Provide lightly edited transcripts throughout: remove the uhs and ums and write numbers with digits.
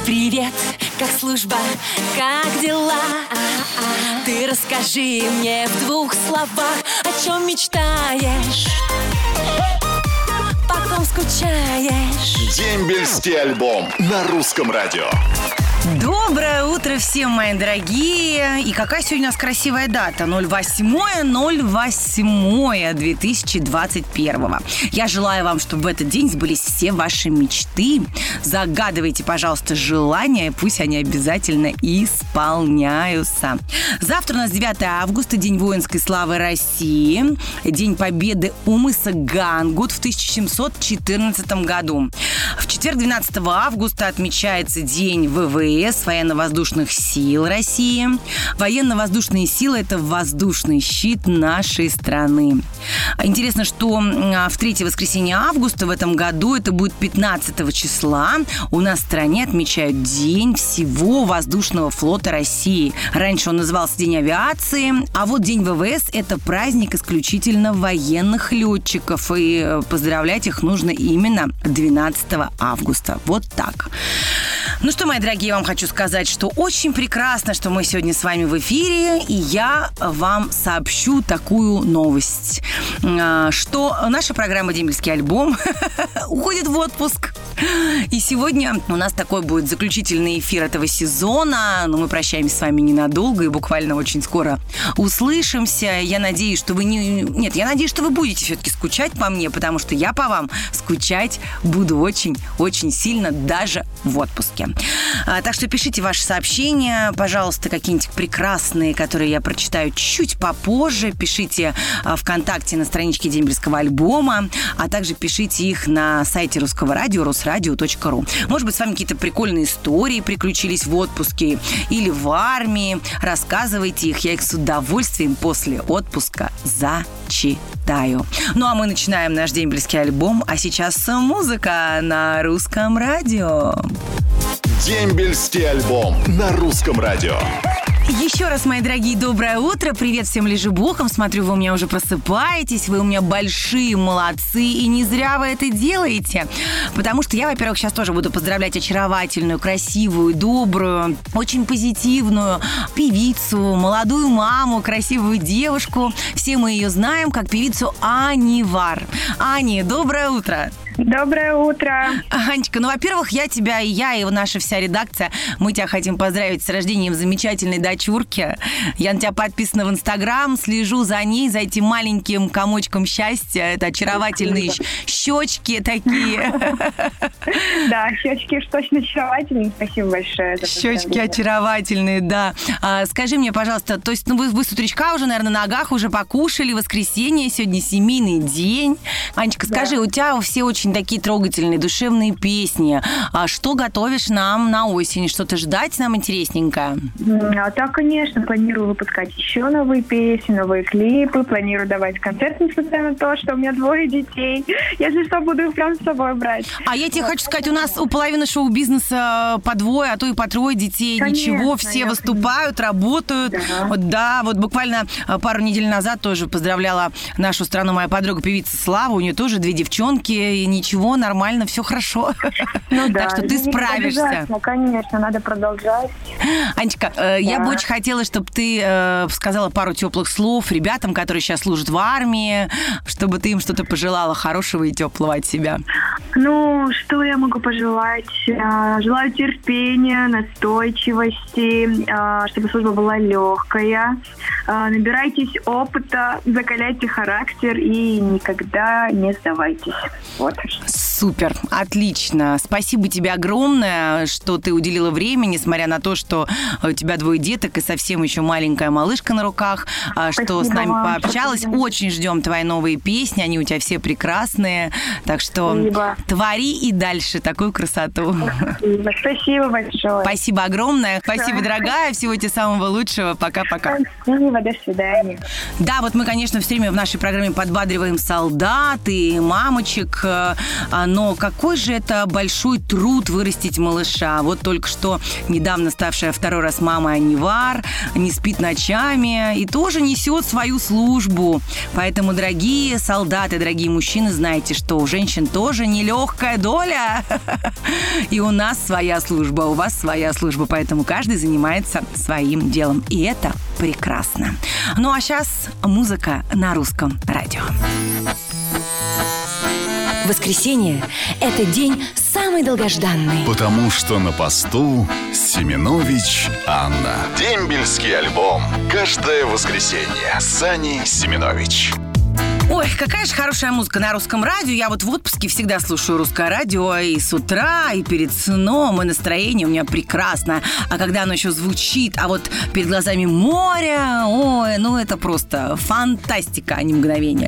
Привет, как служба, как дела? Ты расскажи мне в 2 словах, о чем мечтаешь, по ком скучаешь. Дембельский альбом на русском радио. Доброе утро всем, мои дорогие. И какая сегодня у нас красивая дата? 08.08.2021. Я желаю вам, чтобы в этот день сбылись все ваши мечты. Загадывайте, пожалуйста, желания, пусть они обязательно исполняются. Завтра у нас 9 августа, День воинской славы России, День победы у мыса Гангут в 1714 году. В четверг, 12 августа, отмечается День ВВС, Военно-воздушных сил России. Военно-воздушные силы – это воздушный щит нашей страны. Интересно, что в 3 воскресенье августа в этом году, это будет 15 числа, у нас в стране отмечают День всего воздушного флота России. Раньше он назывался День авиации, а вот День ВВС – это праздник исключительно военных летчиков, и поздравлять их нужно именно 12 августа. Вот так. Ну что, мои дорогие, я вам хочу сказать, что очень прекрасно, что мы сегодня с вами в эфире, и я вам сообщу такую новость, что наша программа «Дембельский альбом» уходит в отпуск. И сегодня у нас такой будет заключительный эфир этого сезона, но мы прощаемся с вами ненадолго и буквально очень скоро услышимся. Я надеюсь, что вы я надеюсь, что вы будете все-таки скучать по мне, потому что я по вам скучать буду очень-очень сильно даже в отпуске. Так что пишите ваши сообщения, пожалуйста, какие-нибудь прекрасные, которые я прочитаю чуть попозже. Пишите ВКонтакте на страничке Дембельского альбома, а также пишите их на сайте Русского радио, русрадио.ру. Может быть, с вами какие-то прикольные истории приключились в отпуске или в армии. Рассказывайте их, я их с удовольствием после отпуска зачитаю. Ну, а мы начинаем наш дембельский альбом, а сейчас музыка на Русском радио. Дембельский альбом на русском радио. Еще раз, мои дорогие, доброе утро. Привет всем лежебокам. Смотрю, вы у меня уже просыпаетесь. Вы у меня большие молодцы. И не зря вы это делаете. Потому что я, во-первых, сейчас тоже буду поздравлять очаровательную, красивую, добрую, очень позитивную певицу, молодую маму, красивую девушку. Все мы ее знаем как певицу Анивар. Ани, доброе утро. Доброе утро. Анечка, ну, во-первых, я и наша вся редакция, мы тебя хотим поздравить с рождением замечательной дочурки. Я на тебя подписана в Инстаграм, слежу за ней, за этим маленьким комочком счастья. Это очаровательные щечки такие. Да, щечки уж точно очаровательные. Спасибо большое. Щечки очаровательные, да. Скажи мне, пожалуйста, то есть вы с утречка уже, наверное, на ногах, уже покушали, воскресенье, сегодня семейный день. Анечка, скажи, у тебя все очень такие трогательные, душевные песни. А что готовишь нам на осень? Что-то ждать нам интересненькое? Да, конечно. Планирую выпускать еще новые песни, новые клипы. Планирую давать концерты, несмотря на то, что у меня 2 детей. Если что, буду их прям с собой брать. А я тебе хочу сказать, у нас у половины шоу-бизнеса по 2, а то и по 3 детей. Конечно, ничего, все выступают, работают. Да, вот буквально пару недель назад тоже поздравляла нашу страну моя подруга, певица Слава. У нее тоже 2 девчонки, и ничего, нормально, все хорошо. Ну, так что ты справишься. Конечно, надо продолжать. Анечка, я бы очень хотела, чтобы ты сказала пару теплых слов ребятам, которые сейчас служат в армии, чтобы ты им что-то пожелала хорошего и теплого от себя. Ну, что я могу пожелать? Желаю терпения, настойчивости, чтобы служба была легкая. Набирайтесь опыта, закаляйте характер и никогда не сдавайтесь. Вот. Супер, отлично. Спасибо тебе огромное, что ты уделила время, несмотря на то, что у тебя 2 деток и совсем еще маленькая малышка на руках, что с нами пообщалась. Очень ждем твои новые песни, они у тебя все прекрасные. Так что твори и дальше такую красоту. Спасибо большое. Спасибо огромное. Спасибо, дорогая. Всего тебе самого лучшего. Пока-пока. Спасибо, до свидания. Да, вот мы, конечно, все время в нашей программе подбадриваем солдат и мамочек. Но какой же это большой труд вырастить малыша. Вот только что недавно ставшая второй раз мама Нивар не спит ночами и тоже несет свою службу. Поэтому, дорогие солдаты, дорогие мужчины, знайте, что у женщин тоже нелегкая доля. И у нас своя служба, у вас своя служба. Поэтому каждый занимается своим делом. И это прекрасно. Ну а сейчас музыка на русском радио. Воскресенье – это день самый долгожданный. Потому что на посту Семенович Анна. Дембельский альбом. Каждое воскресенье. Сани Семенович. Ой, какая же хорошая музыка на русском радио. Я вот в отпуске всегда слушаю русское радио и с утра, и перед сном, и настроение у меня прекрасное. А когда оно еще звучит, а вот перед глазами море, ой, ну это просто фантастика, а не мгновение.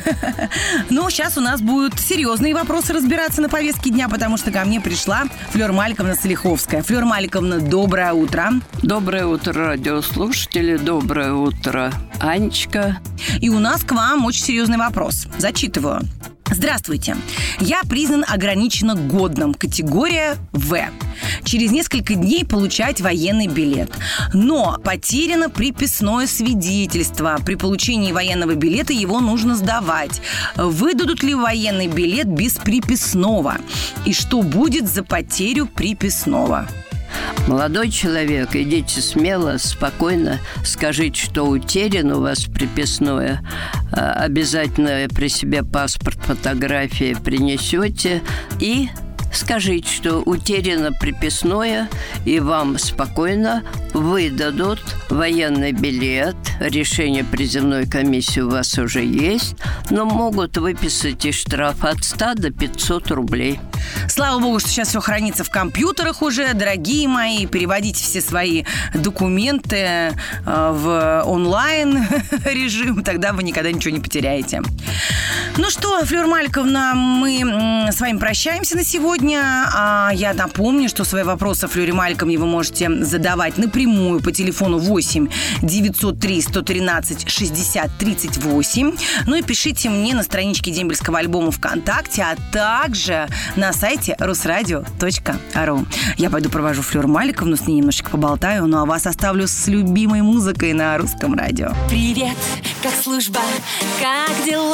Ну, сейчас у нас будут серьезные вопросы разбираться на повестке дня, потому что ко мне пришла Флёр Маликовна Салиховская. Флёр Маликовна, доброе утро. Доброе утро, радиослушатели. Доброе утро, Анечка. И у нас к вам очень серьезный вопрос. Зачитываю. Здравствуйте. Я признан ограниченно годным. Категория В. Через несколько дней получать военный билет. Но потеряно приписное свидетельство. При получении военного билета его нужно сдавать. Выдадут ли военный билет без приписного? И что будет за потерю приписного? Молодой человек, идите смело, спокойно, скажите, что утерян у вас приписное. Обязательно при себе паспорт, фотографии принесете и скажите, что утеряно приписное, и вам спокойно выдадут военный билет. Решение призывной комиссии у вас уже есть, но могут выписать и штраф от 100 до 500 рублей. Слава богу, что сейчас все хранится в компьютерах уже, дорогие мои. Переводите все свои документы в онлайн режим, тогда вы никогда ничего не потеряете. Ну что, Флёр Маликовна, мы с вами прощаемся на сегодня. Я напомню, что свои вопросы Флёре Маликовне вы можете задавать напрямую по телефону 8 903 113 60 38. Ну и пишите мне на страничке Дембельского альбома ВКонтакте, а также на сайте rusradio.ru. Я пойду провожу Флёр Маликовну, с ней немножечко поболтаю, ну а вас оставлю с любимой музыкой на русском радио. Привет, как служба, как дела?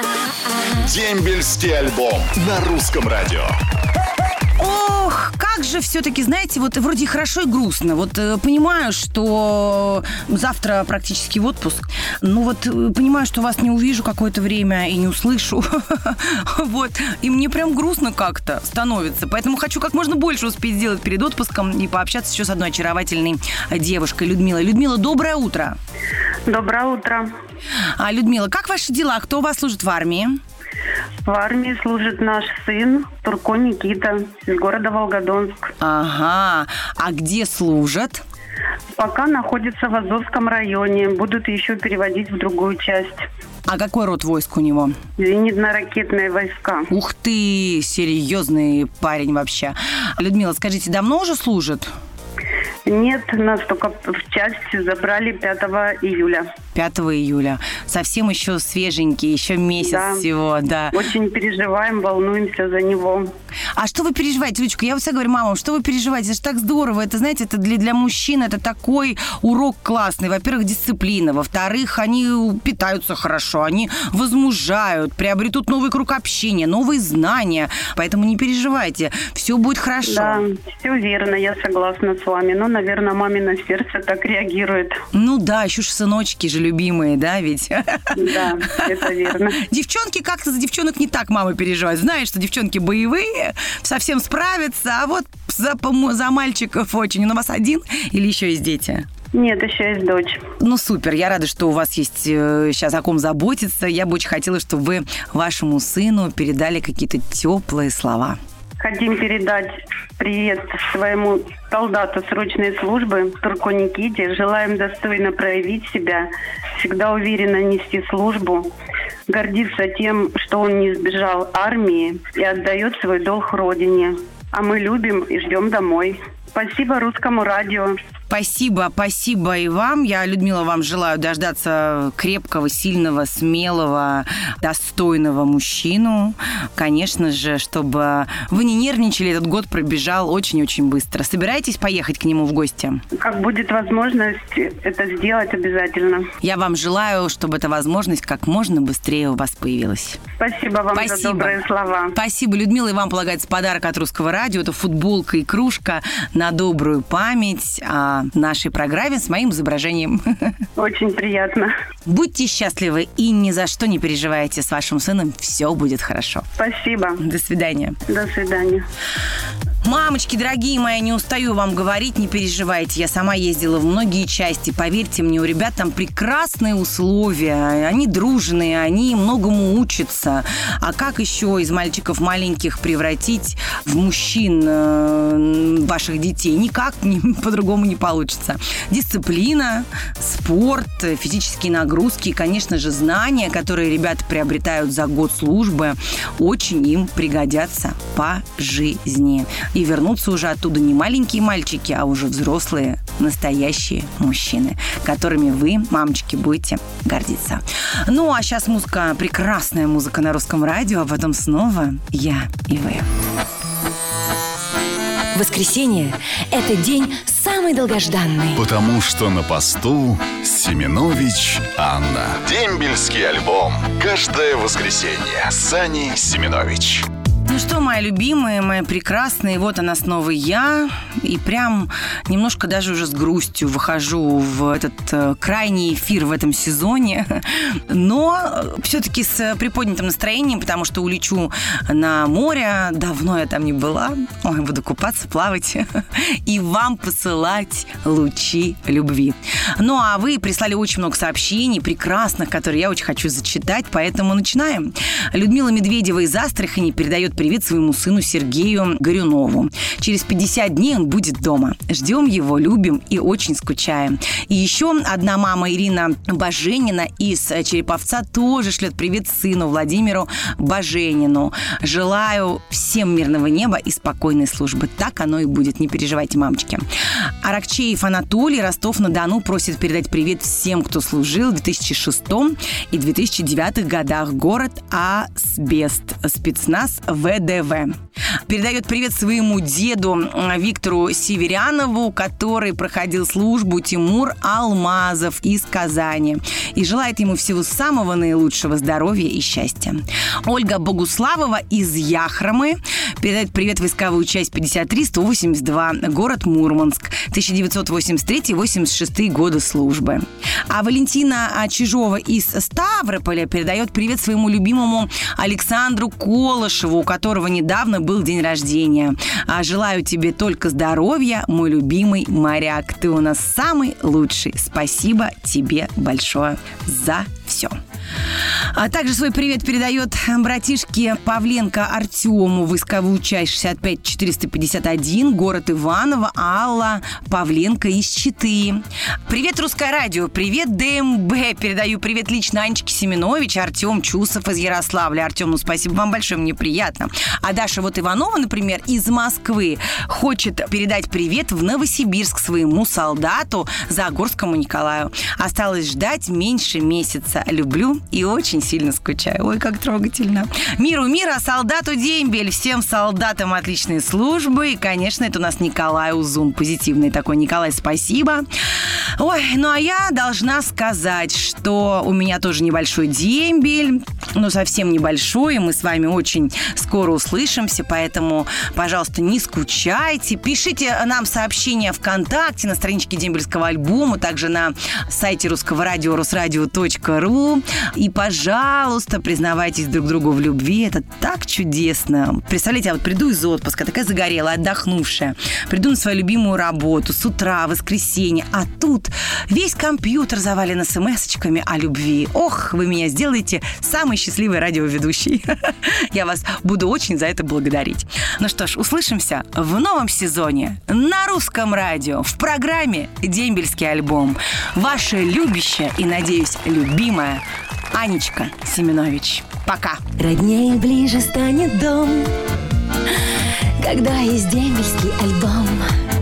Дембельский альбом на русском радио. Ох, как же все-таки, знаете, вот вроде хорошо и грустно. Вот понимаю, что завтра практически в отпуск. Ну вот понимаю, что вас не увижу какое-то время и не услышу. Вот. И мне прям грустно как-то становится. Поэтому хочу как можно больше успеть сделать перед отпуском и пообщаться еще с одной очаровательной девушкой, Людмилой. Людмила, доброе утро. Доброе утро. Людмила, как ваши дела? Кто у вас служит в армии? В армии служит наш сын Турко Никита из города Волгодонск. Ага. А где служат? Пока находится в Азовском районе. Будут еще переводить в другую часть. А какой род войск у него? Зенитно-ракетные войска. Ух ты, серьезный парень вообще. Людмила, скажите, давно уже служит? Нет, нас только в части забрали 5 июля. 5 июля. Совсем еще свеженький, еще месяц всего, да. Очень переживаем, волнуемся за него. А что вы переживаете, Людочка? Я вот всегда говорю, мамам, что вы переживаете? Это же так здорово. Это, знаете, это для мужчин это такой урок классный. Во-первых, дисциплина. Во-вторых, они питаются хорошо, они возмужают, приобретут новый круг общения, новые знания. Поэтому не переживайте. Все будет хорошо. Да, все верно, я согласна с вами. Но, наверное, мамино сердце так реагирует. Ну да, еще ж сыночки же любимые, да, ведь? Да, это верно. Девчонки как-то за девчонок не так мамы переживают. Знаешь, что девчонки боевые, совсем справятся, а вот за мальчиков очень. У вас один или еще есть дети? Нет, еще есть дочь. Ну, супер. Я рада, что у вас есть сейчас о ком заботиться. Я бы очень хотела, чтобы вы вашему сыну передали какие-то теплые слова. Хотим передать привет своему солдату срочной службы Турко Никите. Желаем достойно проявить себя, всегда уверенно нести службу, гордиться тем, что он не избежал армии и отдает свой долг родине. А мы любим и ждем домой. Спасибо русскому радио. Спасибо и вам. Я, Людмила, вам желаю дождаться крепкого, сильного, смелого, достойного мужчину. Конечно же, чтобы вы не нервничали, этот год пробежал очень-очень быстро. Собираетесь поехать к нему в гости? Как будет возможность это сделать обязательно. Я вам желаю, чтобы эта возможность как можно быстрее у вас появилась. Спасибо вам за добрые слова. Спасибо, Людмила. И вам полагается подарок от Русского радио. Это футболка и кружка на добрую память о нашей программе с моим изображением. Очень приятно. Будьте счастливы и ни за что не переживайте. С вашим сыном все будет хорошо. Спасибо. До свидания. До свидания. Мамочки, дорогие мои, не устаю вам говорить, не переживайте. Я сама ездила в многие части. Поверьте мне, у ребят там прекрасные условия. Они дружные, они многому учатся. А как еще из мальчиков маленьких превратить в мужчин ваших детей? Никак по-другому не получится. Дисциплина, спорт, физические нагрузки и, конечно же, знания, которые ребята приобретают за год службы, очень им пригодятся по жизни. И вернутся уже оттуда не маленькие мальчики, а уже взрослые, настоящие мужчины, которыми вы, мамочки, будете гордиться. Ну, а сейчас музыка, прекрасная музыка на Русском радио, а потом снова я и вы. Воскресенье – это день самый долгожданный. Потому что на посту Семенович Анна. Дембельский альбом. Каждое воскресенье. Сани Семенович. Ну что, мои любимые, мои прекрасные, вот она снова я. И прям немножко даже уже с грустью выхожу в этот крайний эфир в этом сезоне. Но все-таки с приподнятым настроением, потому что улечу на море. Давно я там не была. Ой, буду купаться, плавать. И вам посылать лучи любви. Ну, а вы прислали очень много сообщений прекрасных, которые я очень хочу зачитать, поэтому начинаем. Людмила Медведева из Астрахани передает привет своему сыну Сергею Горюнову. Через 50 дней он будет дома. Ждем его, любим и очень скучаем. И еще одна мама, Ирина Баженина из Череповца, тоже шлет привет сыну Владимиру Баженину. Желаю всем мирного неба и спокойной службы. Так оно и будет, не переживайте, мамочки. Аракчеев Анатолий, Ростов-на-Дону, просит передать привет всем, кто служил в 2006 и 2009 годах. Город Асбест. Спецназ ВДВ. Передает привет своему деду Виктору Северянову, который проходил службу, Тимур Алмазов из Казани. И желает ему всего самого наилучшего здоровья и счастья. Ольга Богуславова из Яхромы передает привет войсковую часть 53-182, город Мурманск, 1983-86 годы службы. А Валентина Чижова из Ставрополя передает привет своему любимому Александру Колышеву, у которого недавно был день рождения. Желаю тебе только здоровья, мой любимый моряк. Ты у нас самый лучший. Спасибо тебе большое за все. А также свой привет передает братишке Павленко Артему, войсковую часть 65-451, город Иваново, Алла Павленко из Читы. Привет, Русское радио, привет, ДМБ. Передаю привет лично Анечке Семенович, Артем Чусов из Ярославля. Артем, ну спасибо вам большое, мне приятно. А Даша вот Иванова, например, из Москвы, хочет передать привет в Новосибирск своему солдату Загорскому Николаю. Осталось ждать меньше месяца. Люблю и очень сильно скучаю. Ой, как трогательно. Миру мира, солдату дембель. Всем солдатам отличной службы. И, конечно, это у нас Николай Узун. Позитивный такой. Николай, спасибо. Ой, ну а я должна сказать, что у меня тоже небольшой дембель. Ну, совсем небольшой. И мы с вами очень скоро услышимся. Поэтому, пожалуйста, не скучайте. Пишите нам сообщения ВКонтакте, на страничке дембельского альбома, также на сайте Русского радио, русрадио.ру. И, пожалуйста, признавайтесь друг другу в любви. Это так чудесно. Представляете, я вот приду из отпуска, такая загорелая, отдохнувшая. Приду на свою любимую работу с утра, воскресенье. А тут весь компьютер завален смс-очками о любви. Ох, вы меня сделаете самой счастливой радиоведущей. Я вас буду очень за это благодарить. Ну что ж, услышимся в новом сезоне на Русском радио в программе «Дембельский альбом». Ваша любящая и, надеюсь, любимая Анечка Семенович. Пока. Роднее ближе станет дом, когда есть дембельский альбом.